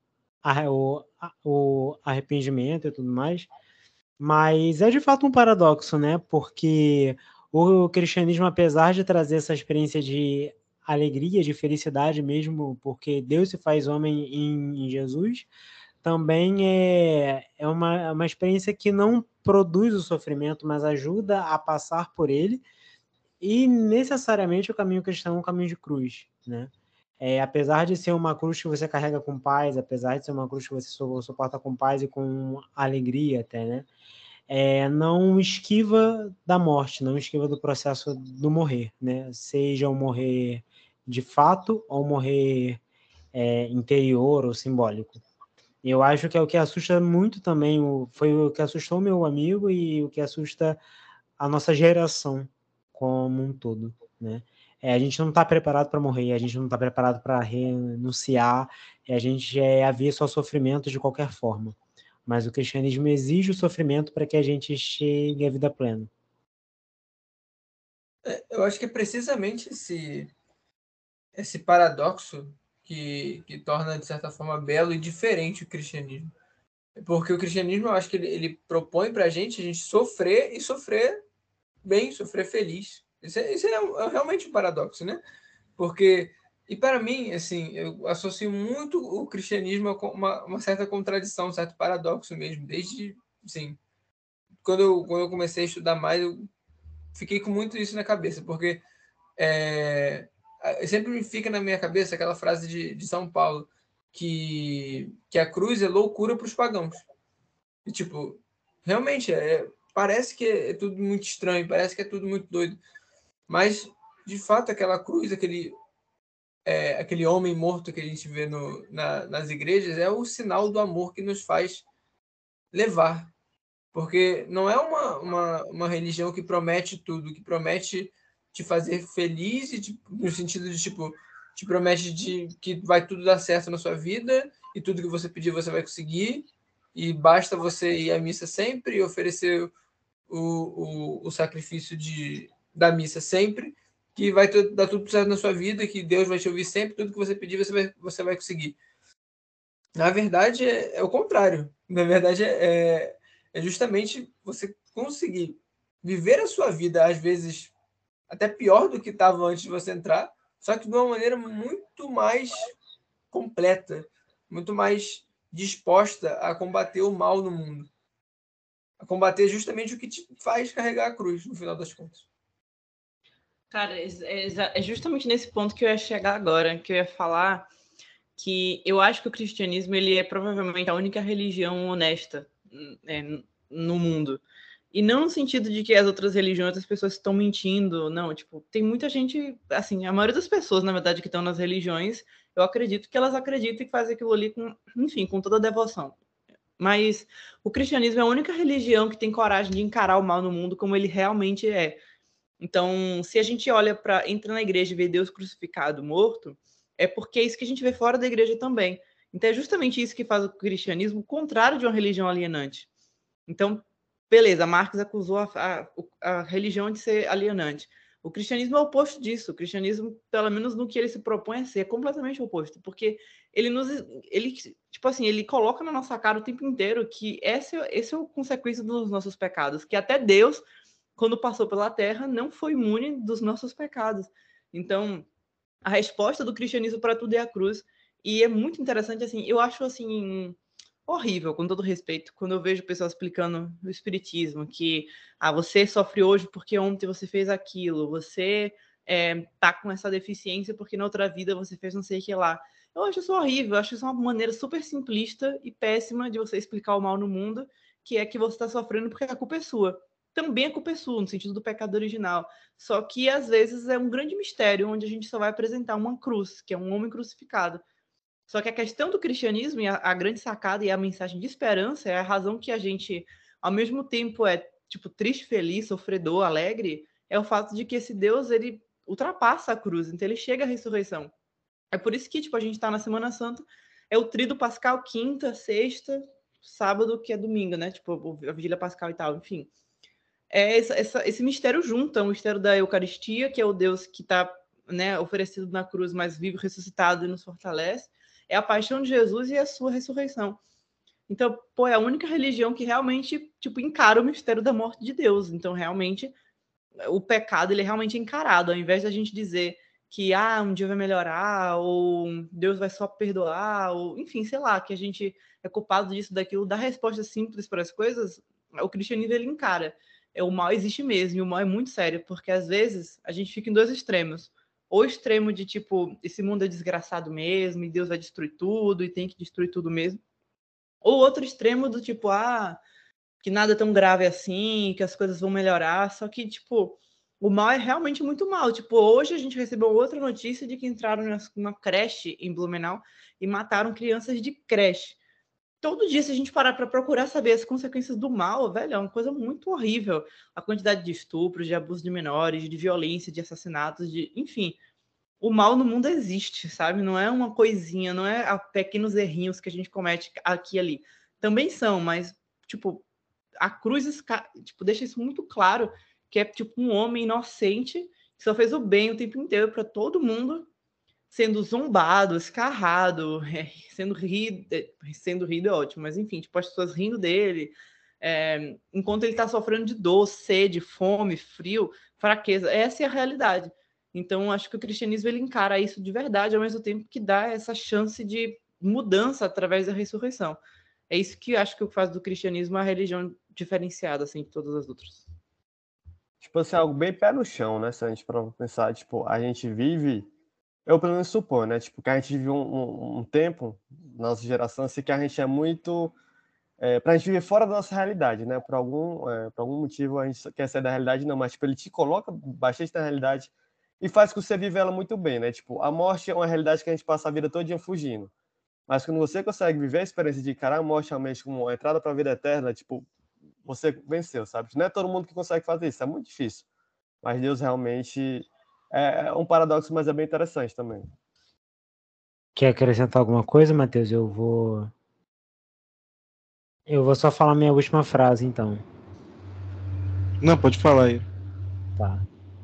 o arrependimento e tudo mais. Mas é de fato um paradoxo, né? Porque o cristianismo, apesar de trazer essa experiência de alegria, de felicidade mesmo, porque Deus se faz homem em Jesus, também é uma experiência que não produz o sofrimento, mas ajuda a passar por ele, e necessariamente o caminho cristão é um caminho de cruz, né? Apesar de ser uma cruz que você carrega com paz, apesar de ser uma cruz que você suporta com paz e com alegria até, né? Não esquiva da morte, não esquiva do processo do morrer, né? Seja o morrer de fato ou morrer interior ou simbólico. Eu acho que é o que assusta muito também, foi o que assustou meu amigo e o que assusta a nossa geração como um todo, né? A gente não está preparado para morrer, a gente não está preparado para renunciar, a gente é avesso ao sofrimento de qualquer forma. Mas o cristianismo exige o sofrimento para que a gente chegue à vida plena. Eu acho que é precisamente esse paradoxo que torna, de certa forma, belo e diferente o cristianismo. Porque o cristianismo, eu acho que ele propõe para a gente sofrer e sofrer bem, sofrer feliz. Isso é realmente um paradoxo, né? Porque, e para mim, assim, eu associo muito o cristianismo a uma certa contradição, um certo paradoxo mesmo. Desde, assim, quando eu comecei a estudar mais, eu fiquei com muito isso na cabeça, porque sempre me fica na minha cabeça aquela frase de São Paulo, que a cruz é loucura para os pagãos. E, tipo, realmente, parece que é tudo muito estranho, parece que é tudo muito doido. Mas, de fato, aquela cruz, aquele homem morto que a gente vê nas igrejas é o sinal do amor que nos faz levar. Porque não é uma religião que promete tudo, que promete te fazer feliz, no sentido de, tipo, te promete que vai tudo dar certo na sua vida e tudo que você pedir você vai conseguir e basta você ir à missa sempre e oferecer o sacrifício da missa sempre, que vai dar tudo certo na sua vida, que Deus vai te ouvir sempre, tudo que você pedir você vai conseguir. Na verdade, é o contrário. Na verdade, é justamente você conseguir viver a sua vida, às vezes, até pior do que estava antes de você entrar, só que de uma maneira muito mais completa, muito mais disposta a combater o mal no mundo. A combater justamente o que te faz carregar a cruz, no final das contas. Cara, é justamente nesse ponto que eu ia chegar agora, que eu ia falar que eu acho que o cristianismo ele é provavelmente a única religião honesta no mundo. E não no sentido de que as outras religiões as pessoas estão mentindo, não. Tipo, tem muita gente, assim, a maioria das pessoas, na verdade, que estão nas religiões, eu acredito que elas acreditam e fazem aquilo ali com, enfim, com toda a devoção. Mas o cristianismo é a única religião que tem coragem de encarar o mal no mundo como ele realmente é. Então, se a gente entra na igreja e vê Deus crucificado, morto, é porque é isso que a gente vê fora da igreja também. Então, é justamente isso que faz o cristianismo o contrário de uma religião alienante. Então, beleza, Marx acusou a religião de ser alienante. O cristianismo é o oposto disso. O cristianismo, pelo menos no que ele se propõe a ser, é completamente o oposto. Porque tipo assim, ele coloca na nossa cara o tempo inteiro que esse é o consequência dos nossos pecados, que até Deus, quando passou pela Terra, não foi imune dos nossos pecados. Então, a resposta do cristianismo para tudo é a cruz. E é muito interessante, assim, eu acho, assim, horrível, com todo respeito, quando eu vejo pessoas explicando o espiritismo, que você sofre hoje porque ontem você fez aquilo, você tá com essa deficiência porque na outra vida você fez não sei o que lá. Eu acho isso horrível, eu acho isso uma maneira super simplista e péssima de você explicar o mal no mundo, que é que você está sofrendo porque a culpa é sua. Também a culpa é sua, no sentido do pecado original. Só que, às vezes, é um grande mistério, onde a gente só vai apresentar uma cruz, que é um homem crucificado. Só que a questão do cristianismo e a grande sacada e a mensagem de esperança é a razão que a gente, ao mesmo tempo, é tipo triste, feliz, sofredor, alegre, é o fato de que esse Deus, ele ultrapassa a cruz, então ele chega à ressurreição. É por isso que tipo a gente está na Semana Santa, é o tríduo pascal, quinta, sexta, sábado, que é domingo, né? Tipo a vigília pascal e tal, enfim. Esse mistério junta o mistério da Eucaristia, que é o Deus que está, né, oferecido na cruz, mas vivo, ressuscitado e nos fortalece, é a paixão de Jesus e a sua ressurreição. Então, é a única religião que realmente, tipo, encara o mistério da morte de Deus. Então, realmente, o pecado, ele é realmente encarado. Ao invés da gente dizer que, um dia vai melhorar, ou Deus vai só perdoar, ou, enfim, sei lá, que a gente é culpado disso, daquilo, dar respostas simples para as coisas, o cristianismo, ele encara. O mal existe mesmo, e o mal é muito sério, porque, às vezes, a gente fica em dois extremos. O extremo de, tipo, esse mundo é desgraçado mesmo, e Deus vai destruir tudo, e tem que destruir tudo mesmo. Ou outro extremo do tipo, que nada é tão grave assim, que as coisas vão melhorar. Só que, tipo, o mal é realmente muito mal. Tipo, hoje a gente recebeu outra notícia de que entraram numa creche em Blumenau e mataram crianças de creche. Todo dia, se a gente parar para procurar saber as consequências do mal, velho, é uma coisa muito horrível. A quantidade de estupros, de abuso de menores, de violência, de assassinatos, enfim, o mal no mundo existe, sabe? Não é uma coisinha, não é pequenos errinhos que a gente comete aqui e ali. Também são, mas, tipo, a cruz tipo, deixa isso muito claro, que é tipo um homem inocente que só fez o bem o tempo inteiro para todo mundo, sendo zombado, escarrado, sendo rido é ótimo, mas enfim, tipo, as pessoas rindo dele, enquanto ele está sofrendo de dor, sede, fome, frio, fraqueza. Essa é a realidade. Então, acho que o cristianismo ele encara isso de verdade, ao mesmo tempo que dá essa chance de mudança através da ressurreição. É isso que acho que faz do cristianismo a religião diferenciada, assim, de todas as outras. Tipo assim, algo bem pé no chão, né? Se a gente para pensar, tipo, a gente vive, eu pelo menos suponho, né? Tipo, que a gente vive um tempo, nossa geração, assim, que a gente é muito, pra gente viver fora da nossa realidade, né? Por algum motivo a gente quer sair da realidade, não, mas, tipo, ele te coloca bastante na realidade e faz com que você vive ela muito bem, né? Tipo, a morte é uma realidade que a gente passa a vida todo dia fugindo. Mas quando você consegue viver a experiência de encarar a morte realmente como uma entrada para a vida eterna, tipo, você venceu, sabe? Não é todo mundo que consegue fazer isso, é muito difícil. Mas Deus realmente é um paradoxo, mas é bem interessante também. Quer acrescentar alguma coisa, Matheus? Eu vou só falar minha última frase, então. Não, pode falar aí. Tá.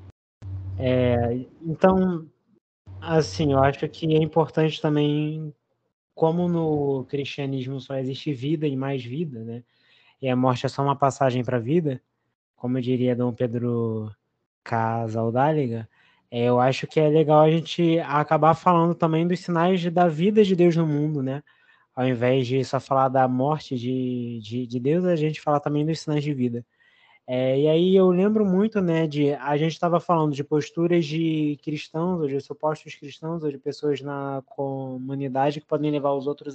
Então, assim, eu acho que é importante também, como no cristianismo só existe vida e mais vida, né? E a morte é só uma passagem para a vida, como diria Dom Pedro Casaldáliga, eu acho que é legal a gente acabar falando também dos sinais da vida de Deus no mundo, né? Ao invés de só falar da morte de Deus, a gente fala também dos sinais de vida. E aí eu lembro muito, né, a gente estava falando de posturas de cristãos, ou de supostos cristãos, ou de pessoas na comunidade que podem levar os outros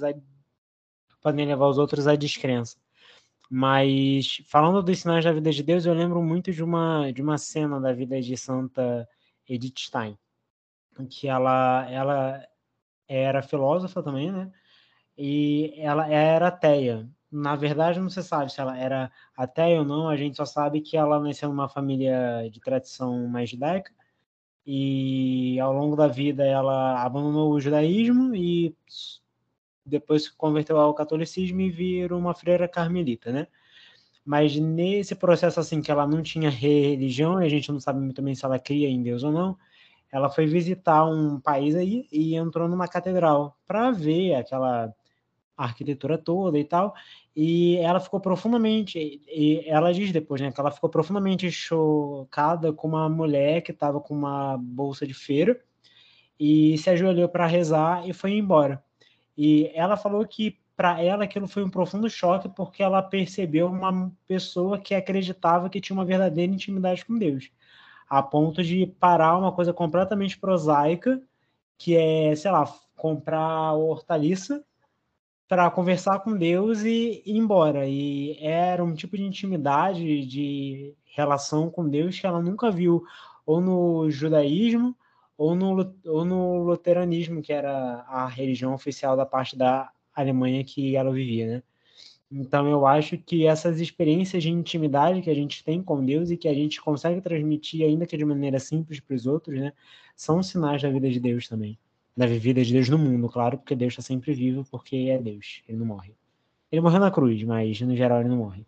à descrença. Mas, falando dos sinais da vida de Deus, eu lembro muito de uma cena da vida de Santa Edith Stein, que ela era filósofa também, né? E ela era ateia. Na verdade, não se sabe se ela era ateia ou não, a gente só sabe que ela nasceu numa família de tradição mais judaica, e ao longo da vida ela abandonou o judaísmo e depois se converteu ao catolicismo e virou uma freira carmelita, né? Mas nesse processo, assim, que ela não tinha religião, e a gente não sabe muito bem se ela cria em Deus ou não, ela foi visitar um país aí e entrou numa catedral para ver aquela arquitetura toda e tal, e ela ficou profundamente, e ela diz depois, né, que ela ficou profundamente chocada com uma mulher que estava com uma bolsa de feira e se ajoelhou para rezar e foi embora. E ela falou que para ela aquilo foi um profundo choque porque ela percebeu uma pessoa que acreditava que tinha uma verdadeira intimidade com Deus, a ponto de parar uma coisa completamente prosaica, que é, sei lá, comprar hortaliça para conversar com Deus e ir embora. E era um tipo de intimidade, de relação com Deus que ela nunca viu ou no judaísmo ou no luteranismo, que era a religião oficial da parte da Alemanha que ela vivia, né? Então eu acho que essas experiências de intimidade que a gente tem com Deus e que a gente consegue transmitir, ainda que de maneira simples para os outros, né, são sinais da vida de Deus também. Da vida de Deus no mundo, claro, porque Deus está sempre vivo, porque é Deus, ele não morre. Ele morreu na cruz, mas no geral ele não morre.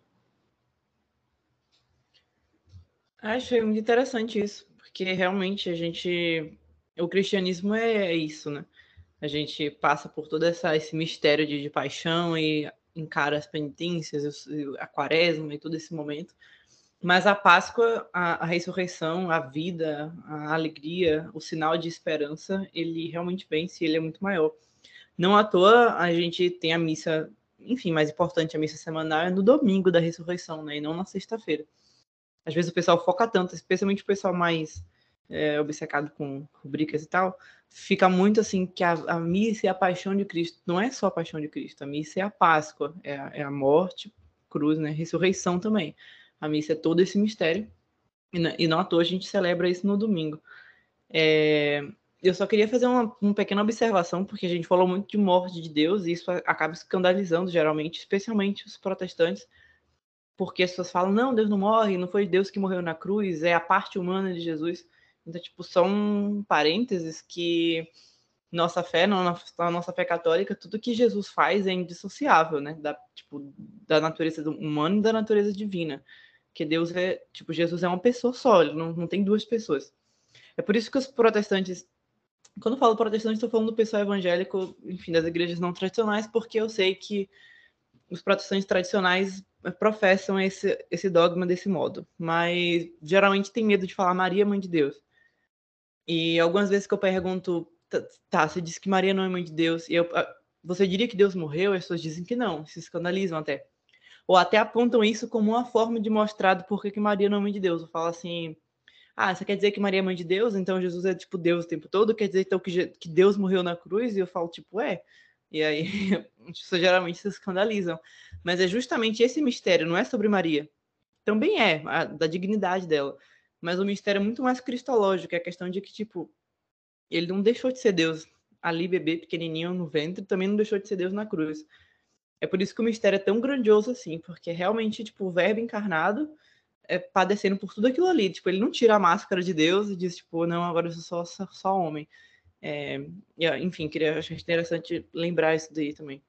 Achei muito interessante isso, porque realmente o cristianismo é isso, né? A gente passa por todo esse mistério de paixão e encara as penitências, a quaresma e todo esse momento. Mas a Páscoa, a ressurreição, a vida, a alegria, o sinal de esperança, ele realmente vence, ele é muito maior. Não à toa a gente tem a missa, enfim, mais importante, a missa semanal é no domingo da ressurreição, né? E não na sexta-feira. Às vezes o pessoal foca tanto, especialmente o pessoal mais obcecado com rubricas e tal, fica muito assim que a missa é a paixão de Cristo. Não é só a paixão de Cristo, a missa é a Páscoa, é a morte, cruz, né? Ressurreição também. A missa é todo esse mistério. E não à toa a gente celebra isso no domingo. Eu só queria fazer uma pequena observação, porque a gente falou muito de morte de Deus, e isso acaba escandalizando, geralmente, especialmente os protestantes, porque as pessoas falam, não, Deus não morre, não foi Deus que morreu na cruz, é a parte humana de Jesus. Então, tipo, são parênteses que na nossa fé católica, tudo que Jesus faz é indissociável, né? Da natureza humana e da natureza divina. Que Deus Jesus é uma pessoa só, ele não tem duas pessoas. É por isso que os protestantes, quando eu falo protestante, estou falando do pessoal evangélico, enfim, das igrejas não tradicionais, porque eu sei que os protestantes tradicionais professam esse dogma desse modo, mas geralmente tem medo de falar Maria, mãe de Deus. E algumas vezes que eu pergunto, tá, você disse que Maria não é mãe de Deus, e você diria que Deus morreu? As pessoas dizem que não, se escandalizam até. Ou até apontam isso como uma forma de mostrar do porquê que Maria não é mãe de Deus. Eu falo assim, você quer dizer que Maria é mãe de Deus? Então Jesus é tipo Deus o tempo todo? Quer dizer então que Deus morreu na cruz? E eu falo tipo, E aí as pessoas geralmente se escandalizam. Mas é justamente esse mistério, não é sobre Maria. Também da dignidade dela. Mas o mistério é muito mais cristológico, é a questão de que, tipo, ele não deixou de ser Deus ali, bebê, pequenininho no ventre, também não deixou de ser Deus na cruz. É por isso que o mistério é tão grandioso assim, porque realmente, tipo, o verbo encarnado padecendo por tudo aquilo ali. Tipo, ele não tira a máscara de Deus e diz, tipo, não, agora eu sou só homem. Enfim, achei interessante lembrar isso daí também.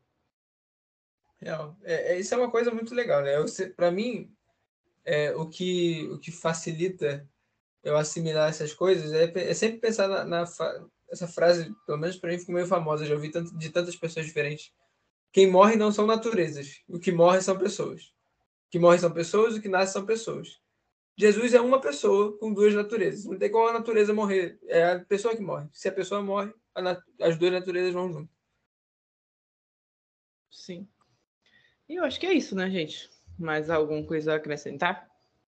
Isso é uma coisa muito legal, né? Para mim, o que facilita eu assimilar essas coisas é sempre pensar essa frase, pelo menos para mim ficou meio famosa, já ouvi de tantas pessoas diferentes. Quem morre não são naturezas, o que morre são pessoas. O que morre são pessoas, o que nasce são pessoas. Jesus é uma pessoa com duas naturezas. Não tem como a natureza morrer, é a pessoa que morre. Se a pessoa morre, as duas naturezas vão junto. Sim. E eu acho que é isso, né, gente? Mais alguma coisa a acrescentar?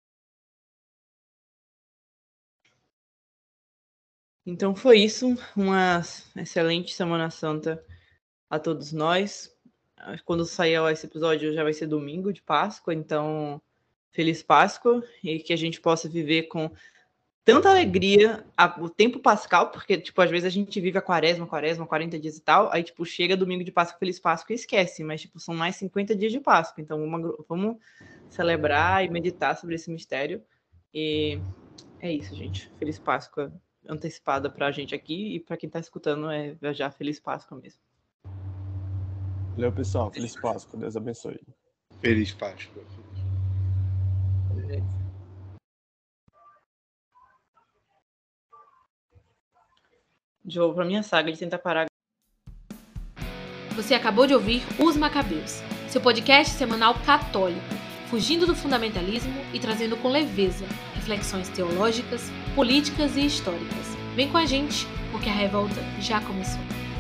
Então foi isso. Uma excelente Semana Santa a todos nós. Quando sair esse episódio já vai ser domingo de Páscoa, então feliz Páscoa e que a gente possa viver com tanta alegria o tempo pascal, porque, tipo, às vezes a gente vive a quaresma, 40 dias e tal, aí, tipo, chega domingo de Páscoa, feliz Páscoa e esquece, mas, tipo, são mais 50 dias de Páscoa, então vamos celebrar e meditar sobre esse mistério, e é isso, gente. Feliz Páscoa antecipada pra gente aqui, e pra quem tá escutando já feliz Páscoa mesmo. Valeu, pessoal. Feliz Páscoa. Deus abençoe. Feliz Páscoa. De novo pra minha saga de tentar parar. Você acabou de ouvir Os Macabeus, seu podcast semanal católico, fugindo do fundamentalismo e trazendo com leveza reflexões teológicas, políticas e históricas. Vem com a gente, porque a revolta já começou.